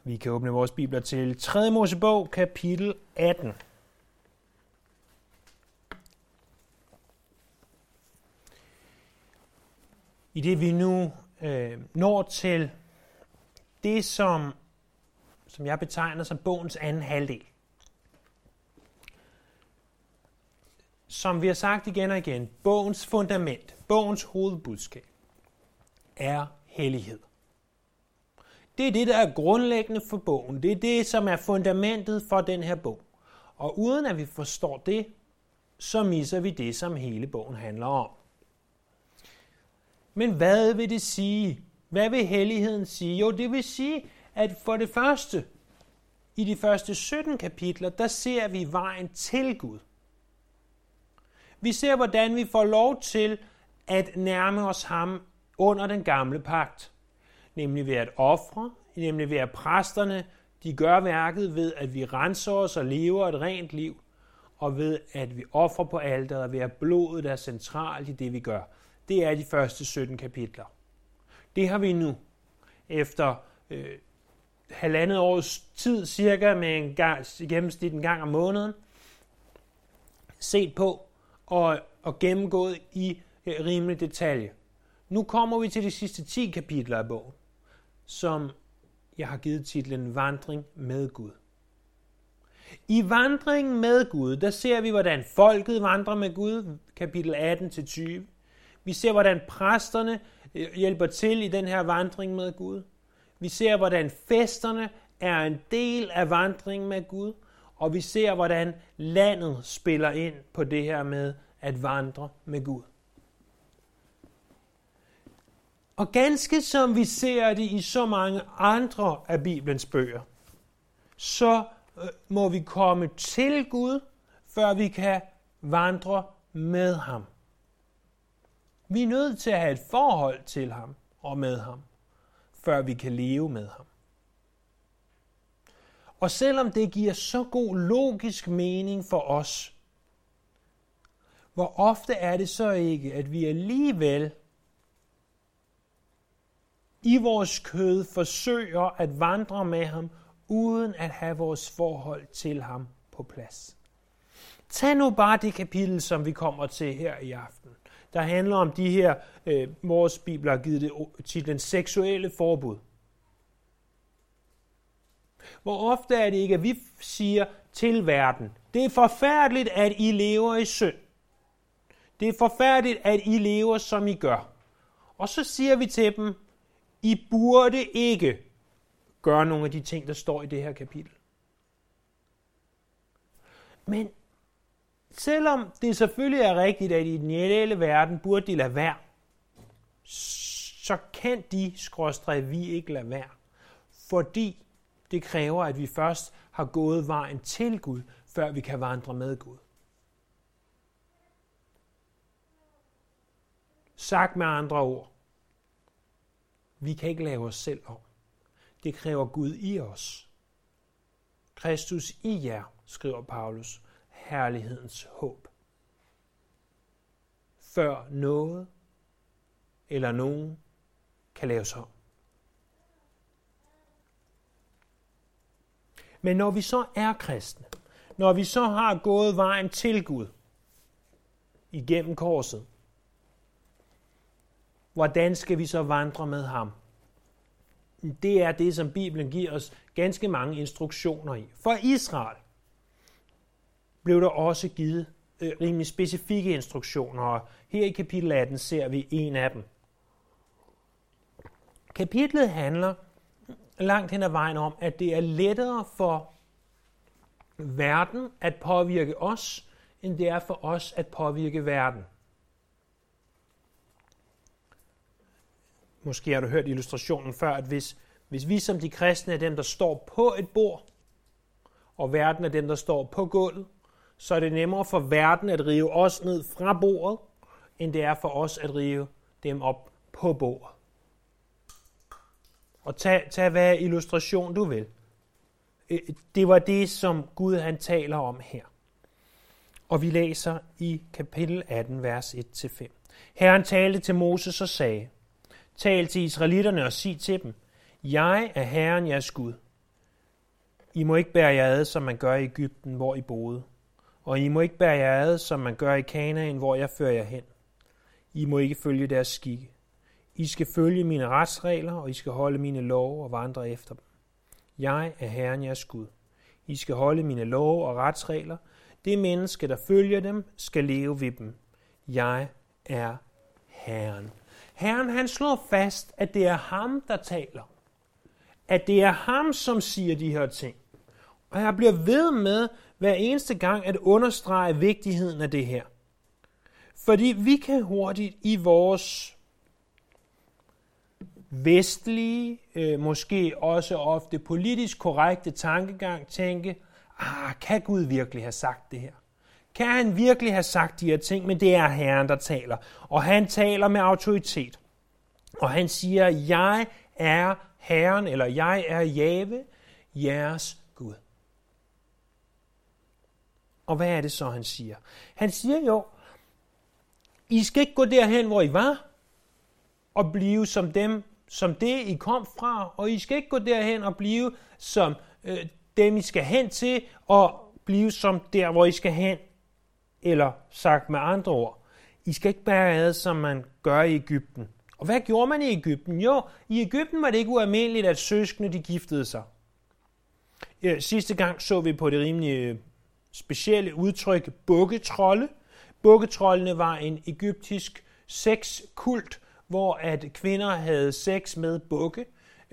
Vi kan åbne vores bibler til 3. Mosebog, kapitel 18. I det vi nu når til det, som jeg betegner som bogens anden halvdel. Som vi har sagt igen og igen, bogens fundament, bogens hovedbudskab, er hellighed. Det er det, der er grundlæggende for bogen. Det er det, som er fundamentet for den her bog. Og uden at vi forstår det, så misser vi det, som hele bogen handler om. Men hvad vil det sige? Hvad vil helligheden sige? Jo, det vil sige, at for det første, i de første 17 kapitler, der ser vi vejen til Gud. Vi ser, hvordan vi får lov til at nærme os ham under den gamle pagt. Nemlig ved at ofre, nemlig ved at præsterne, de gør værket ved, at vi renser os og lever et rent liv, og ved, at vi ofrer på alteret, ved at blodet er centralt i det, vi gør. Det er de første 17 kapitler. Det har vi nu, efter halvandet års tid, cirka med en gennemsnit en gang om måneden, set på og gennemgået i rimelig detalje. Nu kommer vi til de sidste 10 kapitler af bogen, som jeg har givet titlen Vandring med Gud. I vandringen med Gud, der ser vi, hvordan folket vandrer med Gud, kapitel 18-20. Vi ser, hvordan præsterne hjælper til i den her vandring med Gud. Vi ser, hvordan festerne er en del af vandringen med Gud. Og vi ser, hvordan landet spiller ind på det her med at vandre med Gud. Og ganske som vi ser det i så mange andre af Bibelens bøger, så må vi komme til Gud, før vi kan vandre med ham. Vi er nødt til at have et forhold til ham og med ham, før vi kan leve med ham. Og selvom det giver så god logisk mening for os, hvor ofte er det så ikke, at vi alligevel i vores kød forsøger at vandre med ham, uden at have vores forhold til ham på plads. Tag nu bare det kapitel, som vi kommer til her i aften, der handler om de her, vores bibler har givet det titlen seksuelle forbud. Hvor ofte er det ikke, at vi siger til verden, det er forfærdeligt, at I lever i synd. Det er forfærdeligt, at I lever, som I gør. Og så siger vi til dem, I burde ikke gøre nogle af de ting, der står i det her kapitel. Men selvom det selvfølgelig er rigtigt, at i den ideelle verden burde de lade være, så kan vi ikke lade være. Fordi det kræver, at vi først har gået vejen til Gud, før vi kan vandre med Gud. Sagt med andre ord, vi kan ikke lave os selv om. Det kræver Gud i os. Kristus i jer, skriver Paulus, herlighedens håb. Før noget eller nogen kan laves om. Men når vi så er kristne, når vi så har gået vejen til Gud igennem korset, hvordan skal vi så vandre med ham? Det er det, som Bibelen giver os ganske mange instruktioner i. For Israel blev der også givet rimelig specifikke instruktioner, og her i kapitel 18 ser vi en af dem. Kapitlet handler langt hen ad vejen om, at det er lettere for verden at påvirke os, end det er for os at påvirke verden. Måske har du hørt illustrationen før, at hvis vi som de kristne er dem, der står på et bord, og verden er dem, der står på gulvet, så er det nemmere for verden at rive os ned fra bordet, end det er for os at rive dem op på bordet. Og tag hvad illustration du vil. Det var det, som Gud han taler om her. Og vi læser i kapitel 18, vers 1-5. Herren talte til Moses og sagde, tal til israelitterne og sig til dem, jeg er Herren jeres Gud. I må ikke bære jer ad, som man gør i Egypten, hvor I boede. Og I må ikke bære jer ad, som man gør i Kanaan, hvor jeg fører jer hen. I må ikke følge deres skikke. I skal følge mine retsregler, og I skal holde mine love og vandre efter dem. Jeg er Herren jeres Gud. I skal holde mine love og retsregler. Det menneske, der følger dem, skal leve ved dem. Jeg er Herren. Herren, han slår fast, at det er ham, der taler. At det er ham, som siger de her ting. Og jeg bliver ved med hver eneste gang at understrege vigtigheden af det her. Fordi vi kan hurtigt i vores vestlige, måske også ofte politisk korrekte tankegang tænke, kan Gud virkelig have sagt det her? Kan han virkelig have sagt de her ting? Men det er Herren, der taler. Og han taler med autoritet. Og han siger, jeg er Herren, eller jeg er Jahve, jeres Gud. Og hvad er det så, han siger? Han siger jo, I skal ikke gå derhen, hvor I var, og blive som dem, som det, I kom fra. Og I skal ikke gå derhen og blive som dem, I skal hen til, og blive som der, hvor I skal hen. Eller sagt med andre ord, I skal ikke bære ad, som man gør i Egypten. Og hvad gjorde man i Egypten? Jo, i Egypten var det ikke ualmindeligt, at søskende de giftede sig. Sidste gang så vi på det rimelig specielle udtryk bukketrolde. Bukketrollene var en egyptisk sexkult, hvor at kvinder havde sex med bukke.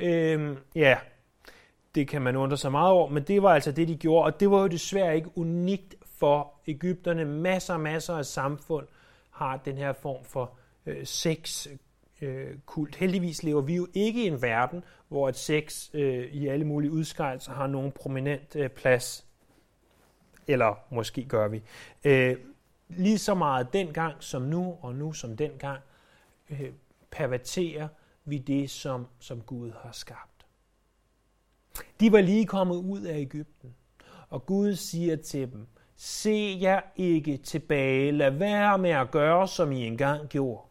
Det kan man undre sig meget over, men det var altså det, de gjorde. Og det var jo desværre ikke unikt for Egypterne. Masser af samfund har den her form for sexkult. Heldigvis lever vi jo ikke i en verden, hvor et sex i alle mulige udskejelser har nogen prominent plads. Eller måske gør vi. Lige så meget dengang som nu, og nu som dengang, perverterer vi det, som Gud har skabt. De var lige kommet ud af Egypten, og Gud siger til dem, se jer ikke tilbage, lad være med at gøre, som I engang gjorde.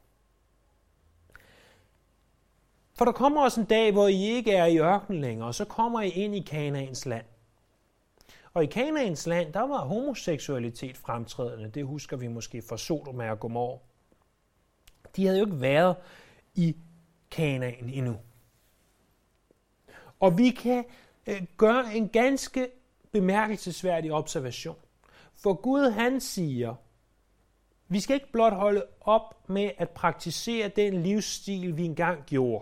For der kommer også en dag, hvor I ikke er i ørkenen længere, og så kommer I ind i Kanaans land. Og i Kanaans land, der var homoseksualitet fremtrædende. Det husker vi måske fra Sodoma og Gomorra. De havde jo ikke været i Kanaan endnu. Og vi kan gøre en ganske bemærkelsesværdig observation. For Gud, han siger, vi skal ikke blot holde op med at praktisere den livsstil, vi engang gjorde.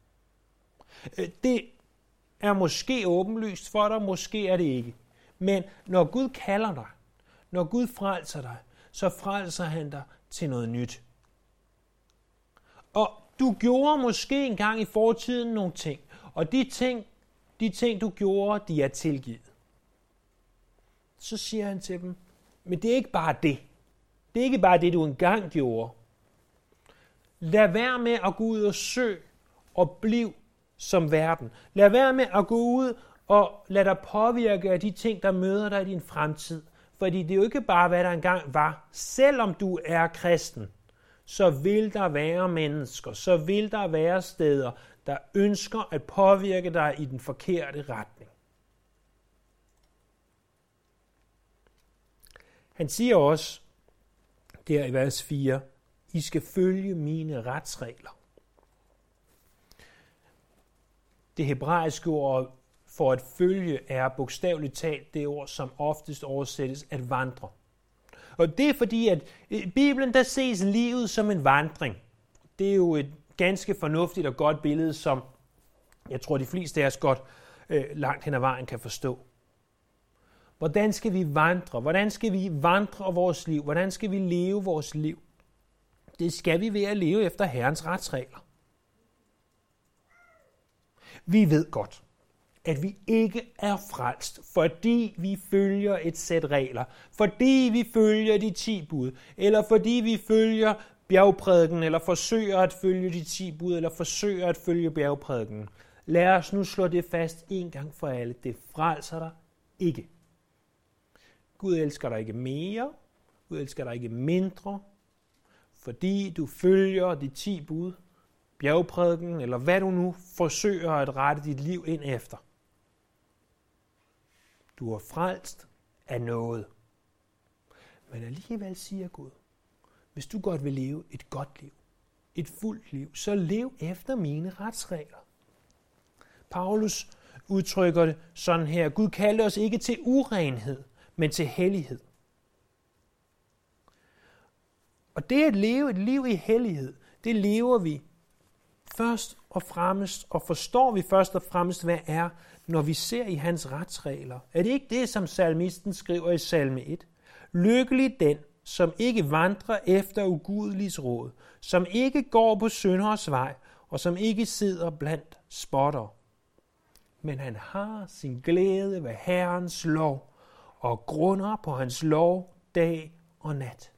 Det er måske åbenlyst for dig, måske er det ikke. Men når Gud kalder dig, når Gud frelser dig, så frelser han dig til noget nyt. Og du gjorde måske engang i fortiden nogle ting, og de ting du gjorde, de er tilgivet. Så siger han til dem, men det er ikke bare det. Det er ikke bare det, du engang gjorde. Lad være med at gå ud og søge og bliv som verden. Lad være med at gå ud og lad dig påvirke af de ting, der møder dig i din fremtid. Fordi det er jo ikke bare, hvad der engang var. Selvom du er kristen, så vil der være mennesker, så vil der være steder, der ønsker at påvirke dig i den forkerte retning. Han siger også, der i vers 4, I skal følge mine retsregler. Det hebraiske ord for at følge er bogstaveligt talt det ord, som oftest oversættes at vandre. Og det er fordi, at i Bibelen der ses livet som en vandring. Det er jo et ganske fornuftigt og godt billede, som jeg tror, de fleste af os godt langt hen ad vejen kan forstå. Hvordan skal vi vandre? Hvordan skal vi vandre vores liv? Hvordan skal vi leve vores liv? Det skal vi ved at leve efter Herrens retsregler. Vi ved godt, at vi ikke er frelst, fordi vi følger et sæt regler, fordi vi følger de 10 bud, eller fordi vi følger bjergprædiken, eller forsøger at følge de 10 bud, eller forsøger at følge bjergprædiken. Lad os nu slå det fast en gang for alle. Det frelser dig ikke. Gud elsker dig ikke mere, Gud elsker dig ikke mindre, fordi du følger de 10 bud, bjergprædiken, eller hvad du nu forsøger at rette dit liv ind efter. Du er frelst af noget. Men alligevel siger Gud, hvis du godt vil leve et godt liv, et fuldt liv, så lev efter mine retsregler. Paulus udtrykker det sådan her. Gud kalder os ikke til urenhed, men til hellighed. Og det at leve et liv i hellighed, det lever vi først og fremmest, og forstår vi først og fremmest, hvad er, når vi ser i hans retsregler. Er det ikke det, som salmisten skriver i salme 1? Lykkelig den, som ikke vandrer efter ugudeligs råd, som ikke går på synders vej, og som ikke sidder blandt spotter. Men han har sin glæde ved Herrens lov, og grunder på hans lov dag og nat.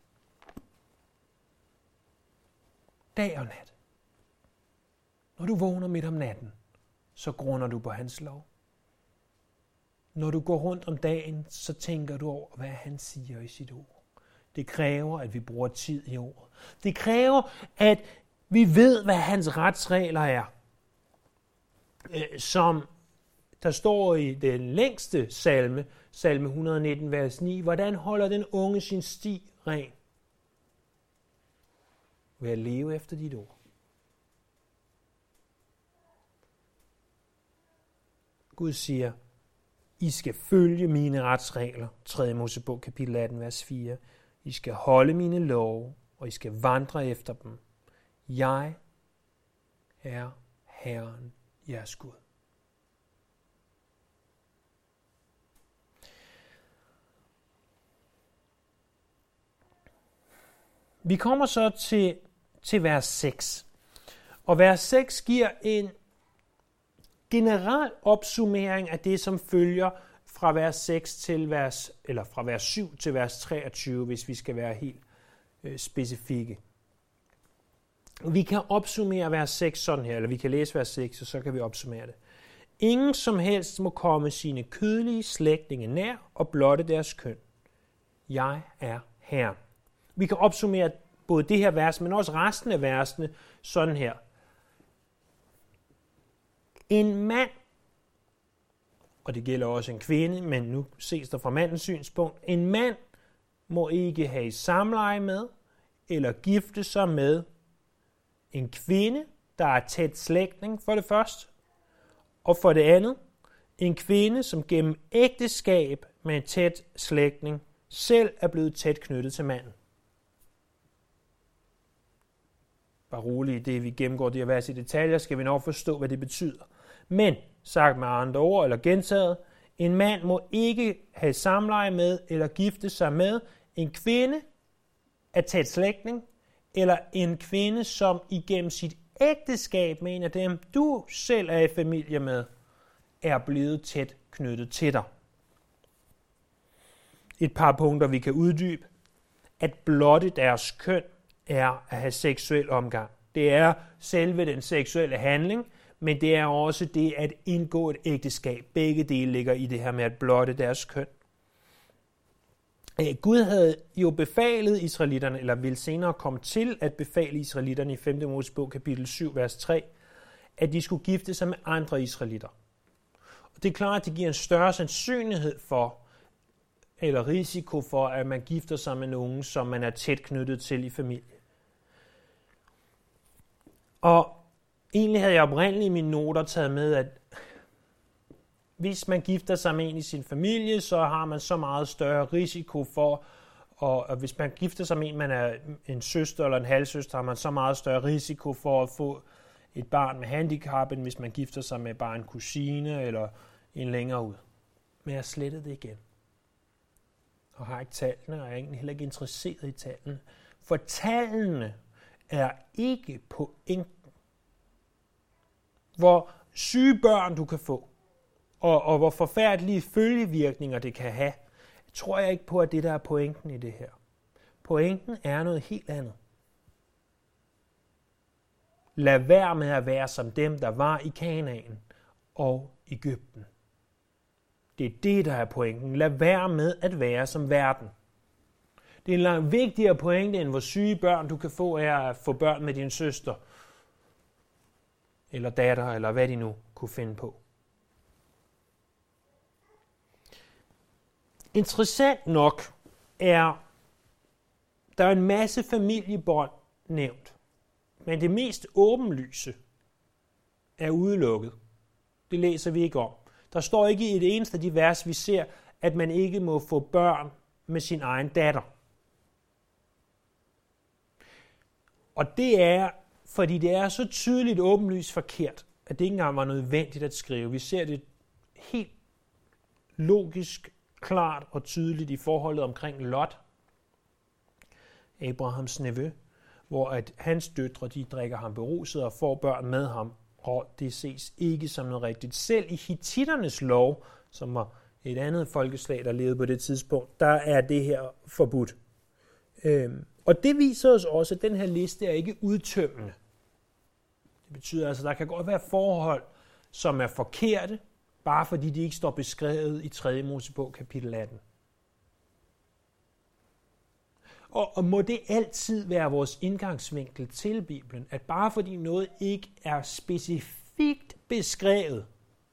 Dag og nat. Når du vågner midt om natten, så grunder du på hans lov. Når du går rundt om dagen, så tænker du over, hvad han siger i sit ord. Det kræver, at vi bruger tid i ordet. Det kræver, at vi ved, hvad hans retsregler er. Som der står i den længste salme, salme 119, vers 9, hvordan holder den unge sin sti ren? Ved at leve efter dit ord. Gud siger, I skal følge mine retsregler, 3. Mosebog, kapitel 18, vers 4. I skal holde mine love, og I skal vandre efter dem. Jeg er Herren, jeres Gud. Vi kommer så til vers 6. Og vers 6 giver en generel opsummering af det, som følger fra vers 6 til fra vers 7 til vers 23, hvis vi skal være helt specifikke. Vi kan opsummere vers 6 sådan her, eller vi kan læse vers 6, og så kan vi opsummere det. Ingen som helst må komme sine kødelige slægtninge nær og blotte deres køn. Jeg er Herren. Vi kan opsummere både det her vers, men også resten af versene sådan her. En mand, og det gælder også en kvinde, men nu ses der fra mandens synspunkt, en mand må ikke have samleje med eller gifte sig med en kvinde, der er tæt slægtning for det første, og for det andet, en kvinde, som gennem ægteskab med en tæt slægtning selv er blevet tæt knyttet til manden. Bare roligt, det vi gennemgår de her vers i detaljer, skal vi nok forstå, hvad det betyder. Men, sagt med andre ord eller gentaget, en mand må ikke have samleje med eller gifte sig med en kvinde af tæt slægtning, eller en kvinde, som igennem sit ægteskab med en af dem, du selv er i familie med, er blevet tæt knyttet til dig. Et par punkter, vi kan uddybe. At blotte deres køn er at have seksuel omgang. Det er selve den seksuelle handling, men det er også det at indgå et ægteskab. Begge dele ligger i det her med at blotte deres køn. Gud havde jo befalet israelitterne, eller vil senere komme til at befale israelitterne i 5. Mosebog kapitel 7, vers 3, at de skulle gifte sig med andre israelitter. Og det er klart, at det giver en større sandsynlighed for, eller risiko for, at man gifter sig med nogen, som man er tæt knyttet til i familie. Og egentlig havde jeg oprindeligt i mine noter taget med, at hvis man gifter sig med en i sin familie, så har man så meget større risiko for, og hvis man gifter sig med en, man er en søster eller en halvsøster, har man så meget større risiko for at få et barn med handicap, end hvis man gifter sig med bare en kusine eller en længere ud. Men jeg slettede det igen. Og har ikke tallene, og jeg er egentlig heller ikke interesseret i tallene. For tallene er ikke pointen. Hvor syge børn du kan få, og hvor forfærdelige følgevirkninger det kan have, tror jeg ikke på, at det der er pointen i det her. Pointen er noget helt andet. Lad være med at være som dem, der var i Kanaan og Egypten. Det er det, der er pointen. Lad være med at være som verden. Det er en langt vigtigere pointe, end hvor syge børn du kan få af at få børn med din søster, eller datter, eller hvad de nu kunne finde på. Interessant nok er der er en masse familiebånd nævnt, men det mest åbenlyse er udelukket. Det læser vi ikke om. Der står ikke i et eneste af de vers, vi ser, at man ikke må få børn med sin egen datter. Og det er, fordi det er så tydeligt åbenlyst forkert, at det ikke engang var nødvendigt at skrive. Vi ser det helt logisk, klart og tydeligt i forholdet omkring Lot, Abrahams nevø, hvor at hans døtre, de drikker ham beruset og får børn med ham, og det ses ikke som noget rigtigt. Selv i hittiternes lov, som var et andet folkeslag, der levede på det tidspunkt, der er det her forbudt. Og det viser os også, at den her liste er ikke udtømmende. Det betyder altså, at der kan godt være forhold, som er forkerte, bare fordi de ikke står beskrevet i 3. Mosebog kapitel 18. Og må det altid være vores indgangsvinkel til Bibelen, at bare fordi noget ikke er specifikt beskrevet,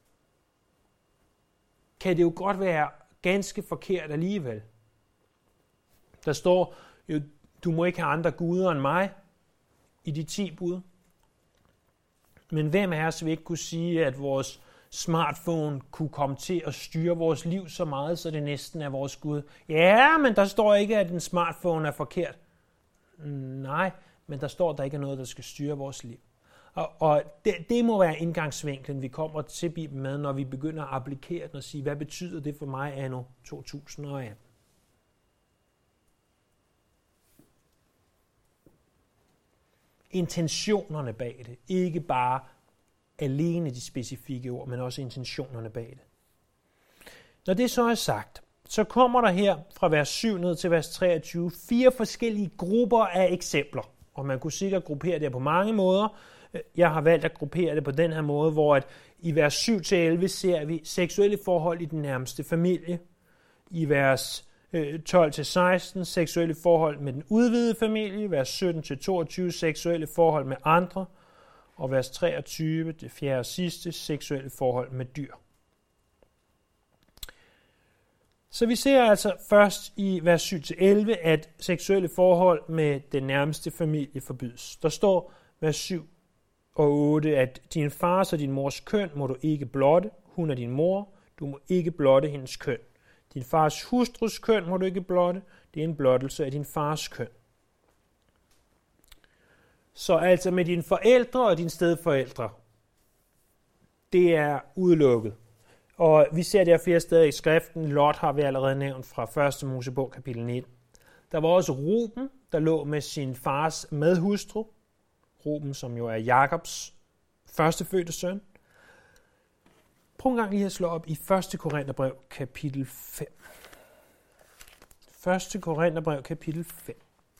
kan det jo godt være ganske forkert alligevel. Der står jo, du må ikke have andre guder end mig i de 10 bud. Men hvem af os vil ikke kunne sige, at vores smartphone kunne komme til at styre vores liv så meget, så det næsten er vores Gud? Ja, men der står ikke, at en smartphone er forkert. Nej, men der står, at der ikke er noget, der skal styre vores liv. Og det må være indgangsvinklen, vi kommer til Bibelen med, når vi begynder at applikere den og sige, hvad betyder det for mig anno 2018? Intentionerne bag det, ikke bare alene de specifikke ord, men også intentionerne bag det. Når det så er sagt, så kommer der her fra vers 7 ned til vers 23 4 forskellige grupper af eksempler, og man kunne sikkert gruppere det på mange måder. Jeg har valgt at gruppere det på den her måde, hvor at i vers 7-11 ser vi seksuelle forhold i den nærmeste familie. I vers 12-16 seksuelle forhold med den udvidede familie, vers 17-22 seksuelle forhold med andre, og vers 23, det fjerde og sidste, seksuelle forhold med dyr. Så vi ser altså først i vers 7-11, at seksuelle forhold med den nærmeste familie forbydes. Der står vers 7 og 8, at din fars og din mors køn må du ikke blotte. Hun er din mor. Du må ikke blotte hendes køn. Din fars hustrus køn må du ikke blotte. Det er en blottelse af din fars køn. Så altså med dine forældre og dine stedforældre, det er udelukket. Og vi ser det her flere steder i skriften. Lot har vi allerede nævnt fra 1. Mosebog kapitel 19. Der var også Ruben, der lå med sin fars medhustru. Ruben, som jo er Jakobs førstefødte søn. Prøv en gang lige at slå op i 1. Korintherbrev kapitel 5. 1. Korintherbrev kapitel 5.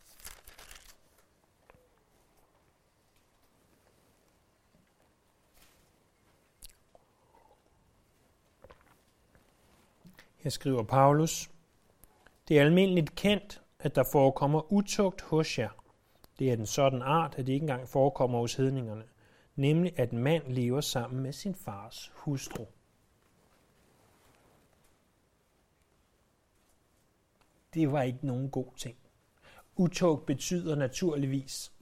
Her skriver Paulus: Det er almindeligt kendt, at der forekommer utugt hos jer. Det er den sådan art, at det ikke engang forekommer hos hedningerne, nemlig at en mand lever sammen med sin fars hustru. Det var ikke nogen god ting. Utugt betyder naturligvis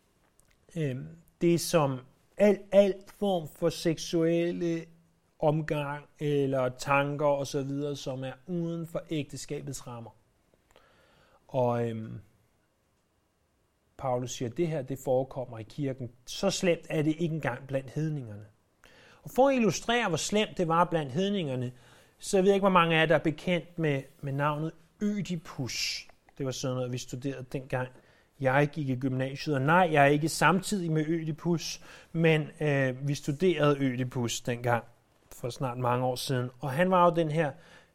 det, som alt form for seksuelle omgang eller tanker osv., som er uden for ægteskabets rammer. Og Paulus siger, at det her det forekommer i kirken. Så slemt er det ikke engang blandt hedningerne. Og for at illustrere, hvor slemt det var blandt hedningerne, så jeg ved ikke, hvor mange af jer, der er bekendt med navnet Ødipus. Det var sådan noget, vi studerede dengang jeg gik i gymnasiet. Og nej, jeg er ikke samtidig med Ødipus, men vi studerede Ødipus dengang for snart mange år siden. Og han var jo den her,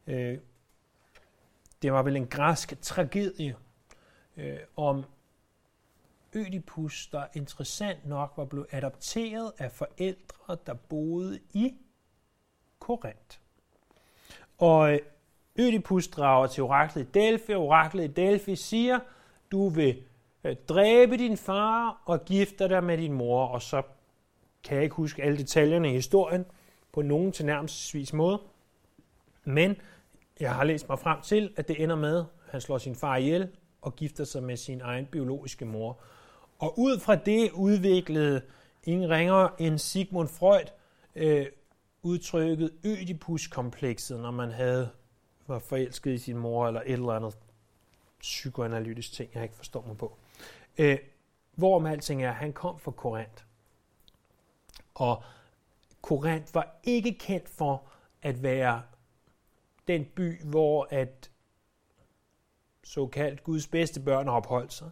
det var vel en græsk tragedie om Ødipus, der interessant nok var blevet adopteret af forældre, der boede i Korinth. Og Ødipus drager til oraklet i Delfi, og oraklet i Delfi siger, du vil dræbe din far og gifte dig med din mor, og så kan jeg ikke huske alle detaljerne i historien på nogen tilnærmelsesvis måde. Men Jeg har læst mig frem til, at det ender med, at han slår sin far ihjel og gifter sig med sin egen biologiske mor. Og ud fra det udviklede ingen ringere end Sigmund Freud udtrykket Ødipus-komplekset, når man var forelsket i sin mor eller et eller andet psykoanalytisk ting, jeg ikke forstår mig på. Hvorom alting er, han kom fra Korinth. Og Korinth var ikke kendt for at være den by, hvor at såkaldt Guds bedste børn opholdt sig.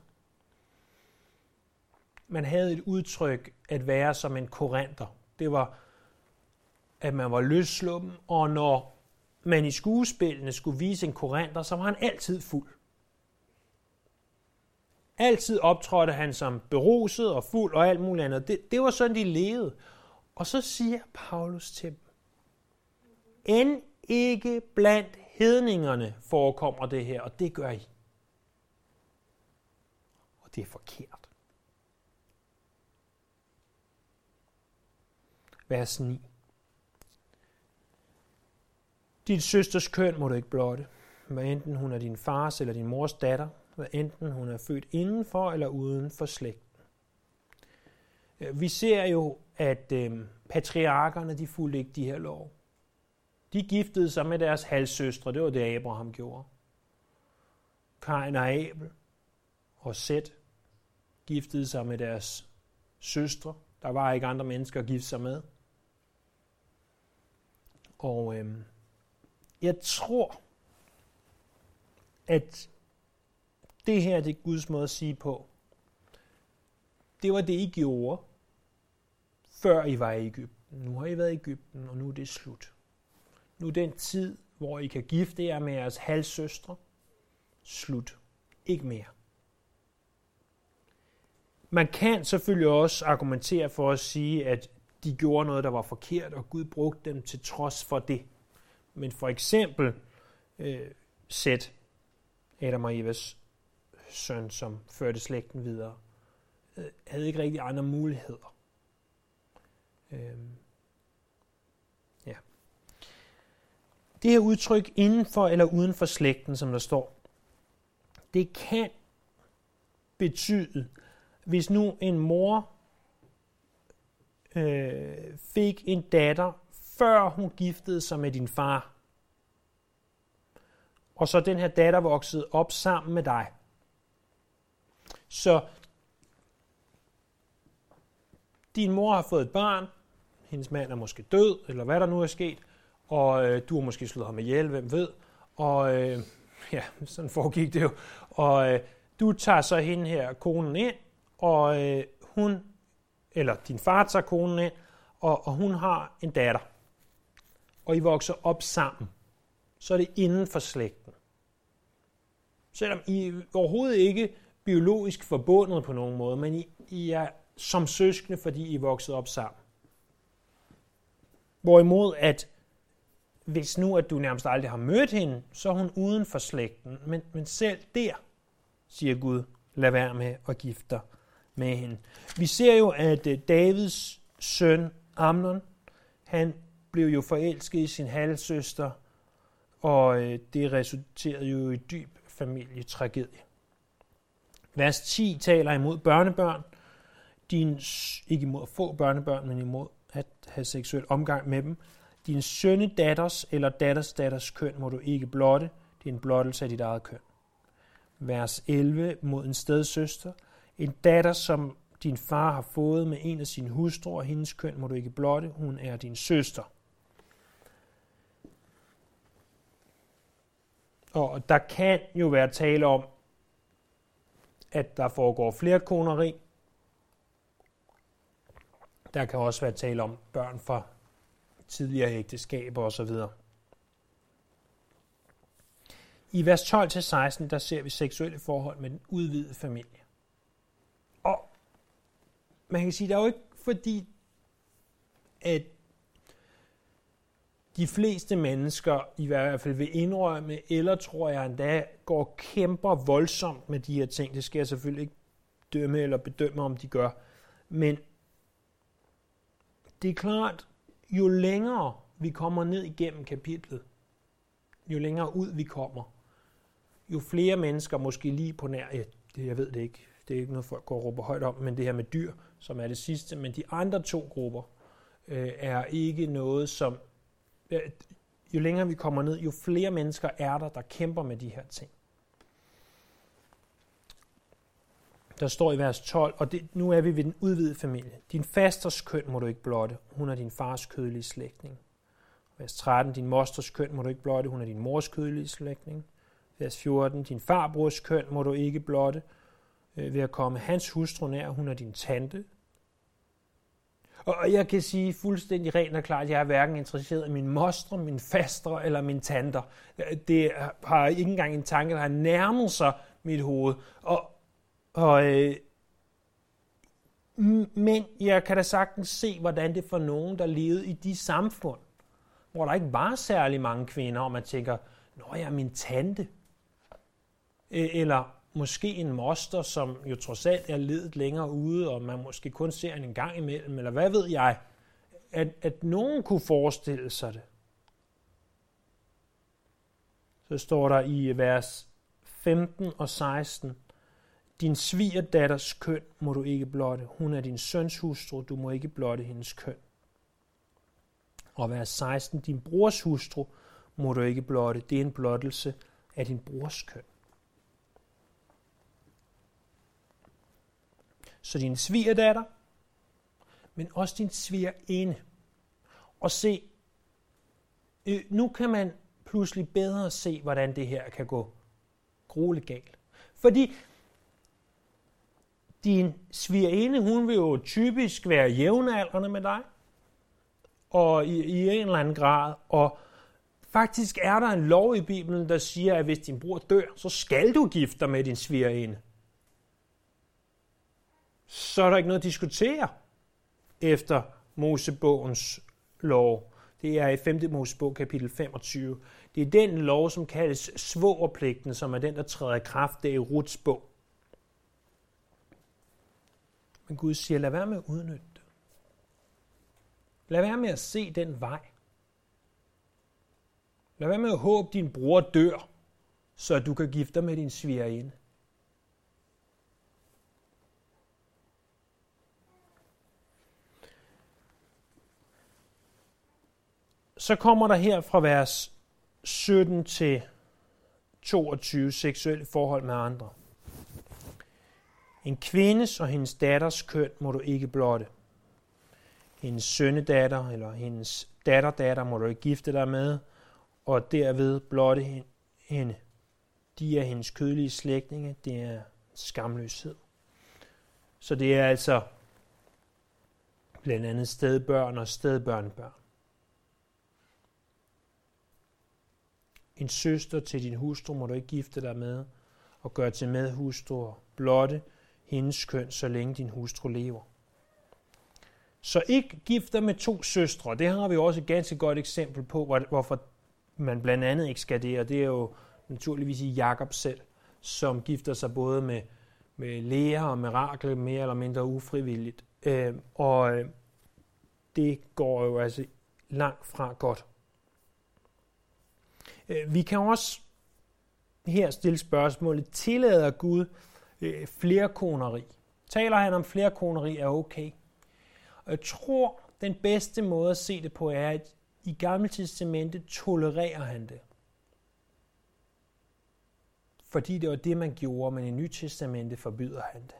Man havde et udtryk at være som en korinther. Det var, at man var løssluppen, og når man i skuespillene skulle vise en korinther, så var han altid fuld. Altid optrådte han som beruset og fuld og alt muligt andet. Det var sådan, de levede. Og så siger Paulus til dem, end ikke blandt hedningerne forekommer det her, og det gør I. Og det er forkert. Vers 9. Din søsters køn må du ikke blotte, hvad enten hun er din fars eller din mors datter, hvad enten hun er født indenfor eller uden for slægten. Vi ser jo, at patriarkerne, de fulgte ikke de her lov. De giftede sig med deres halvsøstre, det var det Abraham gjorde. Kain og Abel og Set giftede sig med deres søstre. Der var ikke andre mennesker at gifte sig med. Og jeg tror, at det her, det er Guds måde at sige på, det var det, I gjorde, før I var i Egypten. Nu har I været i Egypten, og nu er det slut. Nu er den tid, hvor I kan gifte jer med jeres halvsøstre, slut. Ikke mere. Man kan selvfølgelig også argumentere for at sige, at de gjorde noget, der var forkert, og Gud brugte dem til trods for det. Men for eksempel Set, Adam og Evas søn, som førte slægten videre, havde ikke rigtig andre muligheder. Ja. Det her udtryk inden for eller uden for slægten, som der står, det kan betyde, hvis nu en mor fik en datter, før hun giftede sig med din far, og så den her datter voksede op sammen med dig. Så din mor har fået et barn, hendes mand er måske død, eller hvad der nu er sket, og du har måske slået ham ihjel, hvem ved, og ja, sådan foregik det jo, og du tager så hende her, konen ind, og eller din far tager konen ind, og hun har en datter, og I vokser op sammen, så er det inden for slægten. Selvom I overhovedet ikke biologisk forbundet på nogen måde, men I er som søskende, fordi I er vokset op sammen. Hvorimod at hvis nu, at du nærmest aldrig har mødt hende, så er hun uden for slægten. Men selv der, siger Gud, lad være med at gifte dig med hende. Vi ser jo, at Davids søn Amnon, han blev jo forelsket i sin halvsøster, og det resulterede jo i dyb familietragedie. Vers 10 taler imod børnebørn, ikke imod at få børnebørn, men imod at have seksuel omgang med dem. Din sønnedatters eller datters køn må du ikke blotte, det er en blottelse af dit eget køn. Vers 11 mod en stedsøster, en datter, som din far har fået med en af sine hustruer, hendes køn må du ikke blotte, hun er din søster. Og der kan jo være tale om, at der foregår flerkoneri. Der kan også være tale om børn fra tidligere ægteskaber osv. I vers 12-16, der ser vi seksuelle forhold med den udvidede familie. Og man kan sige, der er jo ikke fordi, at de fleste mennesker i hvert fald vil indrømme, eller tror jeg endda, går og kæmper voldsomt med de her ting. Det skal jeg selvfølgelig ikke dømme eller bedømme, om de gør. Men det er klart, jo længere vi kommer ned igennem kapitlet, jo længere ud vi kommer, jo flere mennesker, måske lige på nær, jeg ved det ikke, det er ikke noget, folk går og råber højt om, men det her med dyr, som er det sidste, men de andre to grupper er ikke noget, som, jo længere vi kommer ned, jo flere mennesker er der kæmper med de her ting. Der står i vers 12, og nu er vi ved den udvidede familie. Din fasters køn må du ikke blotte, hun er din fars kødelige slægtning. Vers 13, din mosters køn må du ikke blotte, hun er din mors kødelige slægtning. Vers 14, din farbrors køn må du ikke blotte, ved at komme hans hustru nær, hun er din tante. Og jeg kan sige fuldstændig rent og klart, at jeg er hverken interesseret i min mostre, min fastre eller min tanter. Det har ikke engang en tanke, der har nærmet sig mit hoved. Men jeg kan da sagtens se, hvordan det for nogen, der levede i de samfund, hvor der ikke var særlig mange kvinder, og man tænker, nå ja, min tante. Eller måske en moster, som jo trods alt er ledet længere ude, og man måske kun ser en gang imellem, eller hvad ved jeg, at nogen kunne forestille sig det. Så står der i vers 15 og 16, din svigerdatters køn må du ikke blotte. Hun er din søns hustru, du må ikke blotte hendes køn. Og vers 16, din brors hustru må du ikke blotte. Det er en blottelse af din brors køn. Så din svigerdatter, men også din svigerinde. Og se, nu kan man pludselig bedre se, hvordan det her kan gå grueligt galt. Fordi din svigerinde, hun vil jo typisk være jævnaldrende med dig, og i en eller anden grad. Og faktisk er der en lov i Bibelen, der siger, at hvis din bror dør, så skal du gifte dig med din svigerinde. Så er der ikke noget at diskutere efter Mosebogens lov. Det er i 5. Mosebog, kapitel 25. Det er den lov, som kaldes svogerpligten, som er den, der træder i kraft, det er i Ruths bog. Men Gud siger, lad være med at udnytte det. Lad være med at se den vej. Lad være med at håbe, at din bror dør, så du kan gifte dig med din svigerinde. Så kommer der her fra vers 17 til 22 seksuelle forhold med andre. En kvindes og hendes datters køn må du ikke blotte. Hendes sønnedatter eller hendes datterdatter må du ikke gifte dig med, og derved blotte hende. De er hendes kødelige slægtninge, det er skamløshed. Så det er altså blandt andet stedbørn og stedbørnebørn. En søster til din hustru må du ikke gifte dig med, og gøre til medhustru og blotte hendes køn, så længe din hustru lever. Så ikke gift dig med 2 søstre. Det har vi også et ganske godt eksempel på, hvorfor man blandt andet ikke skal det, og det er jo naturligvis i Jakob selv, som gifter sig både med Lea og med Rachel mere eller mindre ufrivilligt. Og det går jo altså langt fra godt. Vi kan også her stille spørgsmålet, tillader Gud flerkoneri? Taler han om flerkoneri er okay? Og jeg tror, den bedste måde at se det på er, at i Gamle Testamentet tolererer han det. Fordi det var det, man gjorde, men i Nye Testamentet forbyder han det.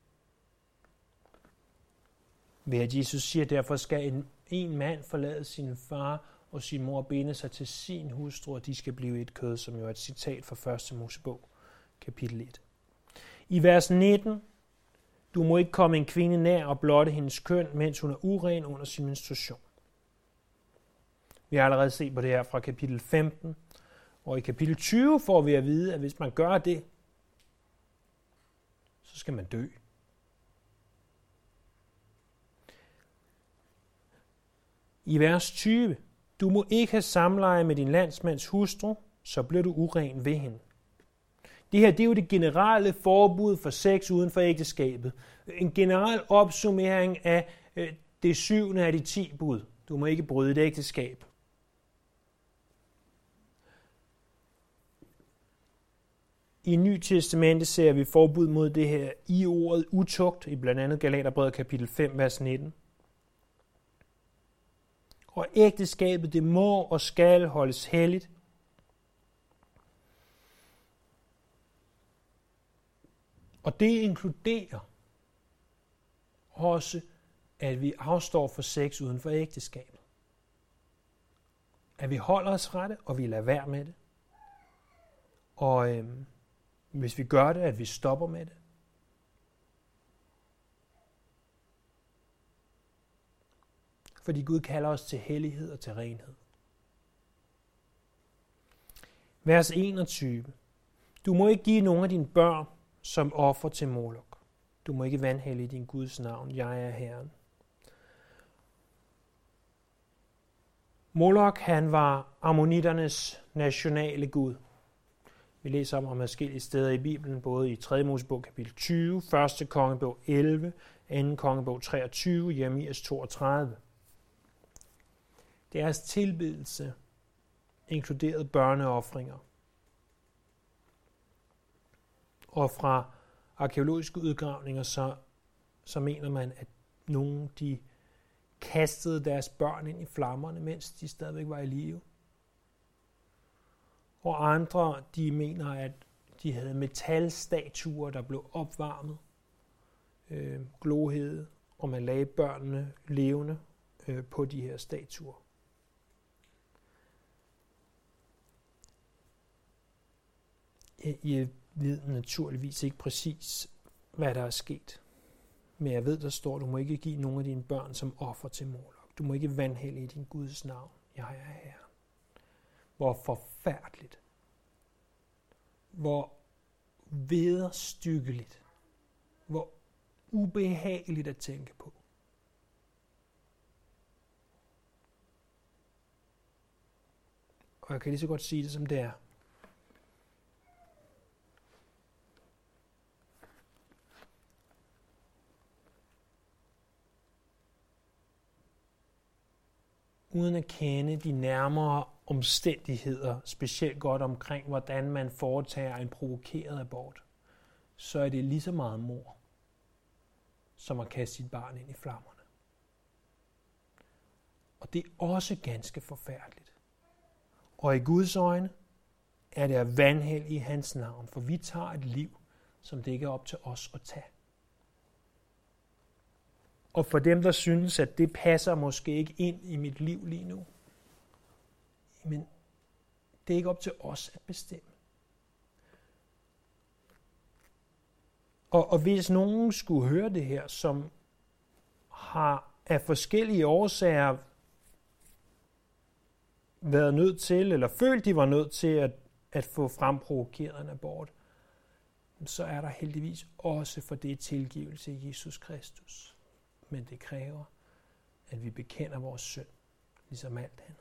Ved at Jesus siger, derfor skal en mand forlade sin far og sin mor binde sig til sin hustru, og de skal blive et kød, som jo er et citat fra 1. Mosebog, kapitel 1. I vers 19, du må ikke komme en kvinde nær og blotte hendes køn, mens hun er uren under sin menstruation. Vi har allerede set på det her fra kapitel 15, og i kapitel 20 får vi at vide, at hvis man gør det, så skal man dø. I vers 20, du må ikke have samleje med din landsmands hustru, så bliver du uren ved hende. Det her det er jo det generelle forbud for sex uden for ægteskabet. En generel opsummering af det 7. af de 10 bud. Du må ikke bryde et ægteskab. I Nye Testamente ser vi forbud mod det her i ordet utugt, i blandt andet Galaterbrevet kapitel 5, vers 19. Og ægteskabet, det må og skal holdes helligt. Og det inkluderer også, at vi afstår for sex uden for ægteskabet. At vi holder os fra det, og vi lader være med det. Og hvis vi gør det, at vi stopper med det. Fordi Gud kalder os til hellighed og til renhed. Vers 21. Du må ikke give nogen af dine børn som offer til Molok. Du må ikke vanhellige din Guds navn. Jeg er Herren. Molok, han var ammonitternes nationale gud. Vi læser om ham forskellige steder i Bibelen, både i 3. Mosebog kapitel 20, 1. kongebog 11, 2. kongebog 23, Jeremias 32. Deres tilbedelse inkluderede børneofringer. Og fra arkæologiske udgravninger, så mener man, at nogen de kastede deres børn ind i flammerne, mens de stadigvæk var i live. Og andre, de mener, at de havde metalstatuer, der blev opvarmet, glohede, og man lagde børnene levende på de her statuer. Jeg ved naturligvis ikke præcis, hvad der er sket. Men jeg ved, der står, du må ikke give nogen af dine børn som offer til Molok. Du må ikke vanhellige din Guds navn. Jeg er Herren. Hvor forfærdeligt. Hvor vederstyggeligt. Hvor ubehageligt at tænke på. Og jeg kan lige så godt sige det, som det er. Uden at kende de nærmere omstændigheder, specielt godt omkring, hvordan man foretager en provokeret abort, så er det lige så meget mord, som at kaste sit barn ind i flammerne. Og det er også ganske forfærdeligt. Og i Guds øjne er det at vanhellige hans navn, for vi tager et liv, som det ikke er op til os at tage. Og for dem, der synes, at det passer måske ikke ind i mit liv lige nu, men det er ikke op til os at bestemme. Og hvis nogen skulle høre det her, som har af forskellige årsager været nødt til, eller følt, de var nødt til at få fremprovokeret en abort, så er der heldigvis også for det tilgivelse i Jesus Kristus. Men det kræver, at vi bekender vores synd, ligesom alt andet.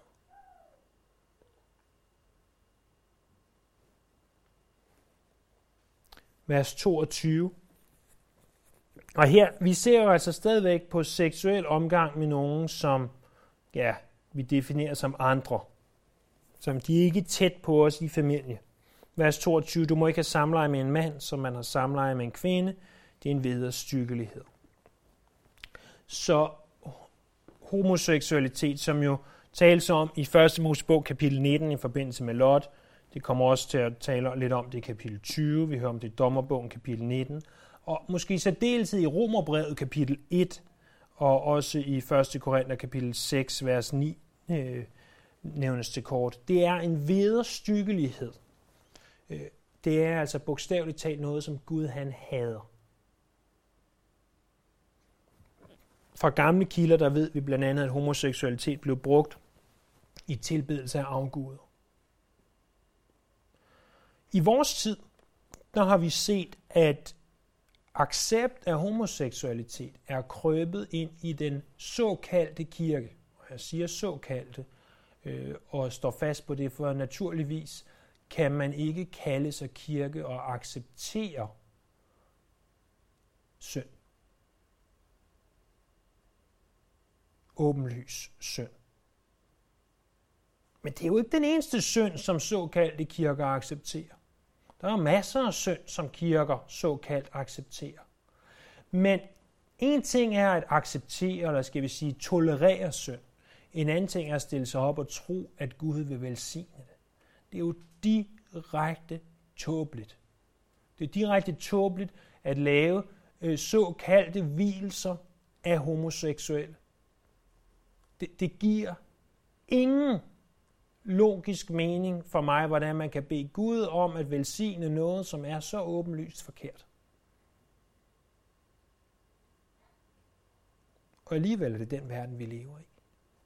Vers 22. Og her, vi ser jo altså stadigvæk på seksuel omgang med nogen, som vi definerer som andre. Som de ikke er tæt på os i familie. Vers 22. Du må ikke have samleje med en mand, som man har samleje med en kvinde. Det er en vederstyggelighed. Så homoseksualitet, som jo tales om i 1. Mosebog kapitel 19 i forbindelse med Lot, det kommer også til at tale lidt om det i kapitel 20, vi hører om det i Dommerbogen kapitel 19, og måske særdeleshed i Romerbrevet kapitel 1, og også i 1. Korinther kapitel 6, vers 9 nævnes til kort. Det er en vederstyggelighed. Det er altså bogstaveligt talt noget, som Gud han hader. Fra gamle kilder, der ved vi blandt andet, at homoseksualitet blev brugt i tilbedelse af afguder. I vores tid, der har vi set, at accept af homoseksualitet er krøbet ind i den såkaldte kirke. Og jeg siger såkaldte, og står fast på det, for naturligvis kan man ikke kalde sig kirke og acceptere synd. Åbenlys synd. Men det er jo ikke den eneste synd, som såkaldte kirker accepterer. Der er masser af synd, som kirker såkaldt accepterer. Men en ting er at acceptere, eller skal vi sige tolerere synd. En anden ting er at stille sig op og tro, at Gud vil velsigne det. Det er jo direkte tåbeligt. Det er direkte tåbeligt at lave såkaldte vielser af homoseksuelle. Det giver ingen logisk mening for mig, hvordan man kan bede Gud om at velsigne noget, som er så åbenlyst forkert. Og alligevel er det den verden, vi lever i.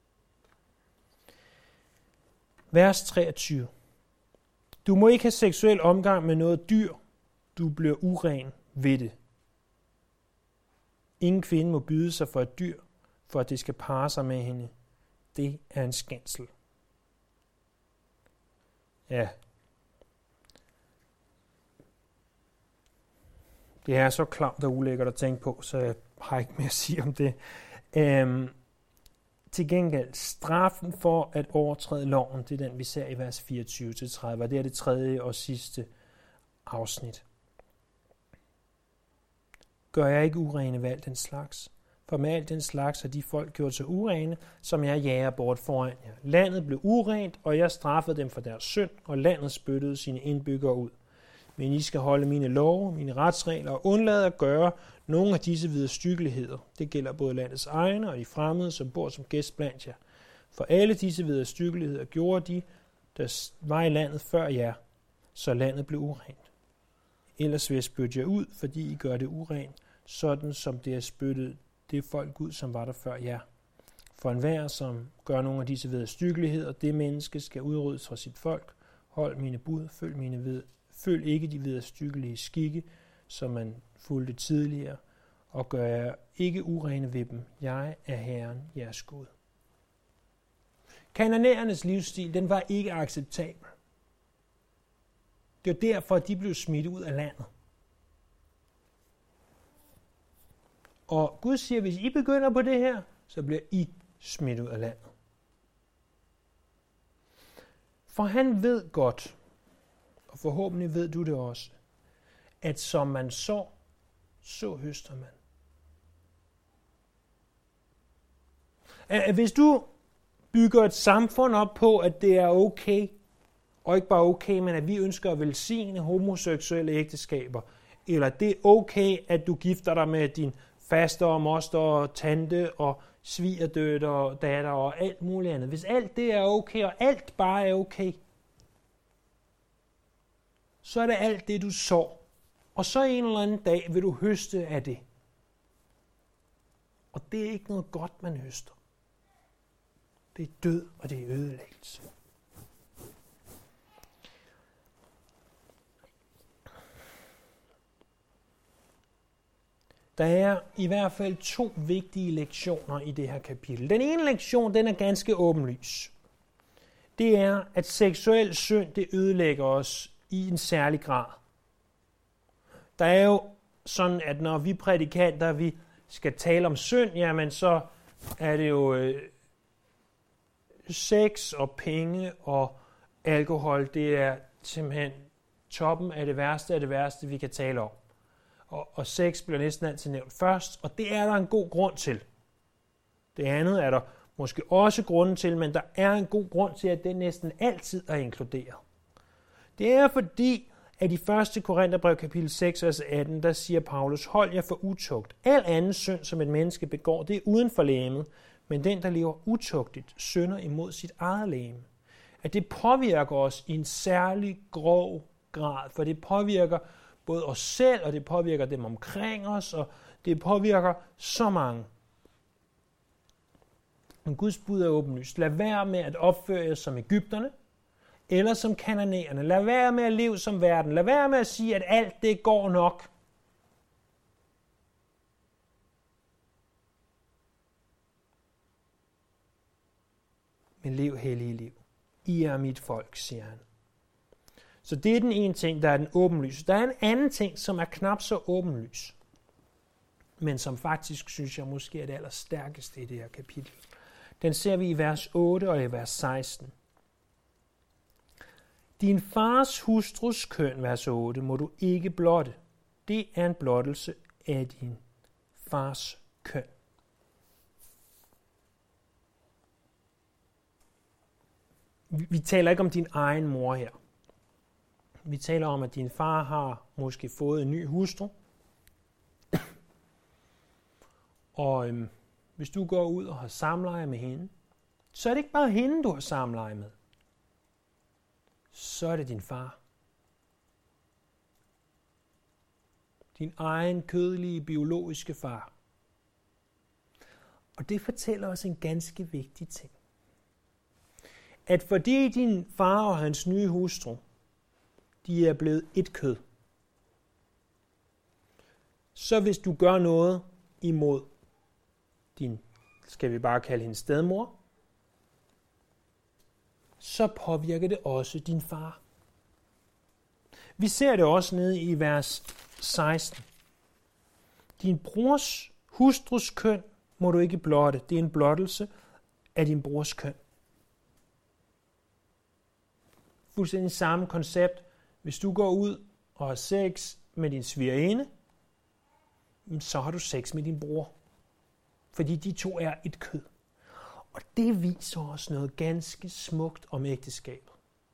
Vers 23. Du må ikke have seksuel omgang med noget dyr. Du bliver uren ved det. Ingen kvinde må byde sig for et dyr, for at det skal parre sig med hende. Det er en skændsel. Ja. Det er så klamt og ulækkert at tænke på, så jeg har ikke mere at sige om det. Til gengæld, straffen for at overtræde loven, det er den, vi ser i vers 24-30, og det er det tredje og sidste afsnit. Gør jeg ikke urene ved alt den slags? For med alt den slags har de folk gjort sig urene, som jeg jager bort foran jer. Landet blev urent, og jeg straffede dem for deres synd, og landet spyttede sine indbyggere ud. Men I skal holde mine love, mine retsregler og undlade at gøre nogle af disse vederstyggeligheder. Det gælder både landets egne og de fremmede, som bor som gæst blandt jer. For alle disse vederstyggeligheder gjorde de, der var i landet før jer, så landet blev urent. Ellers vil jeg spytte jer ud, fordi I gør det urent, sådan som det er spyttet det folk ud, som var der før jer. For enhver, som gør nogle af disse vederstyggeligheder, det menneske skal udryddes fra sit folk. Hold mine bud, følg ikke de vederstyggelige skikke, som man fulgte tidligere, og gør jer ikke urene ved dem. Jeg er Herren, jeres Gud. Kananæernes livsstil, den var ikke acceptabel. Det var derfor, at de blev smidt ud af landet. Og Gud siger, hvis I begynder på det her, så bliver I smidt ud af landet. For han ved godt, og forhåbentlig ved du det også, at som man så høster man. At hvis du bygger et samfund op på, at det er okay, og ikke bare okay, men at vi ønsker at velsigne homoseksuelle ægteskaber, eller det er okay, at du gifter dig med din faster og moster og tante og svigerdøtter og datter og alt muligt andet. Hvis alt det er okay, og alt bare er okay, så er det alt det, du sår. Og så en eller anden dag vil du høste af det. Og det er ikke noget godt, man høster. Det er død, og det er ødelæggelse. Der er i hvert fald 2 vigtige lektioner i det her kapitel. Den ene lektion, den er ganske åbenlys. Det er, at seksuel synd, det ødelægger os i en særlig grad. Der er jo sådan, at når vi prædikanter, vi skal tale om synd, jamen så er det jo sex og penge og alkohol, det er simpelthen toppen af det værste, vi kan tale om. Og sex bliver næsten altid nævnt først, og det er der en god grund til. Det andet er der måske også grunden til, men der er en god grund til, at det næsten altid er inkluderet. Det er fordi, at i 1. Korintherbrev kapitel 6, vers 18, der siger Paulus, hold jer for utugt. Al anden synd, som et menneske begår, det er uden for legemet, men den, der lever utugtigt, synder imod sit eget legeme. At det påvirker os i en særlig grov grad, for det påvirker både os selv, og det påvirker dem omkring os, og det påvirker så mange. Men Guds bud er åbenlyst. Lad være med at opføre jer som egypterne, eller som kananæerne. Lad være med at leve som verden. Lad være med at sige, at alt det går nok. Men lev hellige liv. I er mit folk, siger han. Så det er den ene ting, der er den åbenlyse. Der er en anden ting, som er knap så åbenlys, men som faktisk, synes jeg, måske er det allerstærkeste i det her kapitel. Den ser vi i vers 8 og i vers 16. Din fars hustrus køn, vers 8, må du ikke blotte. Det er en blottelse af din fars køn. Vi taler ikke om din egen mor her. Vi taler om, at din far har måske fået en ny hustru. Og hvis du går ud og har samleje med hende, så er det ikke bare hende, du har samleje med. Så er det din far. Din egen kødelige, biologiske far. Og det fortæller os en ganske vigtig ting. At fordi din far og hans nye hustru, de er blevet et kød, så hvis du gør noget imod din, skal vi bare kalde hende stedmor, så påvirker det også din far. Vi ser det også nede i vers 16. Din brors hustrus køn må du ikke blotte. Det er en blottelse af din brors køn. Fuldstændig samme koncept. Hvis du går ud og har sex med din svigerinde, så har du sex med din bror. Fordi de to er et kød. Og det viser os noget ganske smukt om ægteskabet.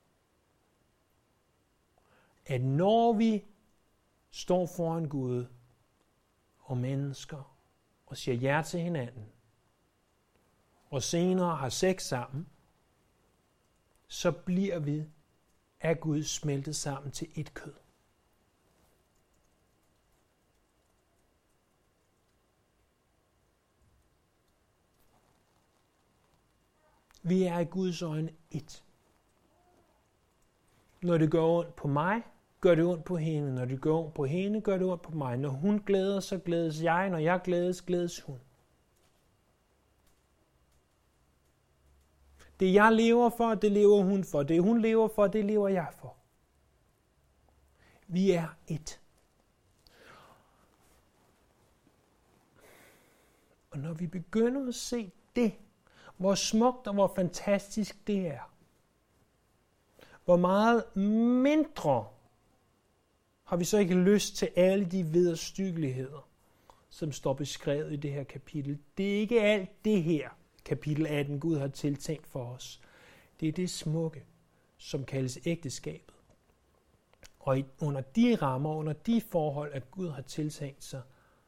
At når vi står foran Gud og mennesker og siger ja til hinanden, og senere har sex sammen, så bliver vi af Gud smeltet sammen til et kød. Vi er i Guds øjne et. Når det gør ondt på mig, gør det ondt på hende. Når det gør ondt på hende, gør det ondt på mig. Når hun glæder, så glædes jeg. Når jeg glædes, glædes hun. Det jeg lever for, det lever hun for. Det hun lever for, det lever jeg for. Vi er et. Og når vi begynder at se det, hvor smukt og hvor fantastisk det er, hvor meget mindre har vi så ikke lyst til alle de vederstyggeligheder, som står beskrevet i det her kapitel. Det er ikke alt det her, kapitel 18, Gud har tiltænkt for os. Det er det smukke, som kaldes ægteskabet. Og under de rammer, under de forhold, at Gud har tiltænkt sig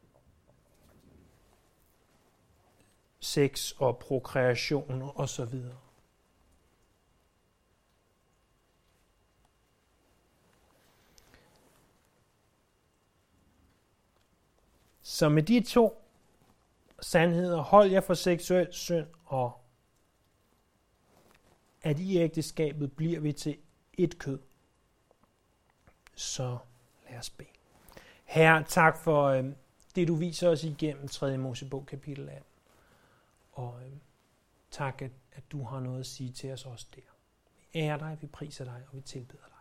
sex og prokreation og så videre. Så med de to sandheder, hold jer for seksuel synd, og at i ægteskabet bliver vi til et kød. Så lad os bede. Herre, tak for det, du viser os igennem 3. Mosebog kapitel 18. Og tak, at du har noget at sige til os også der. Vi ærer dig, vi priser dig, og vi tilbeder dig.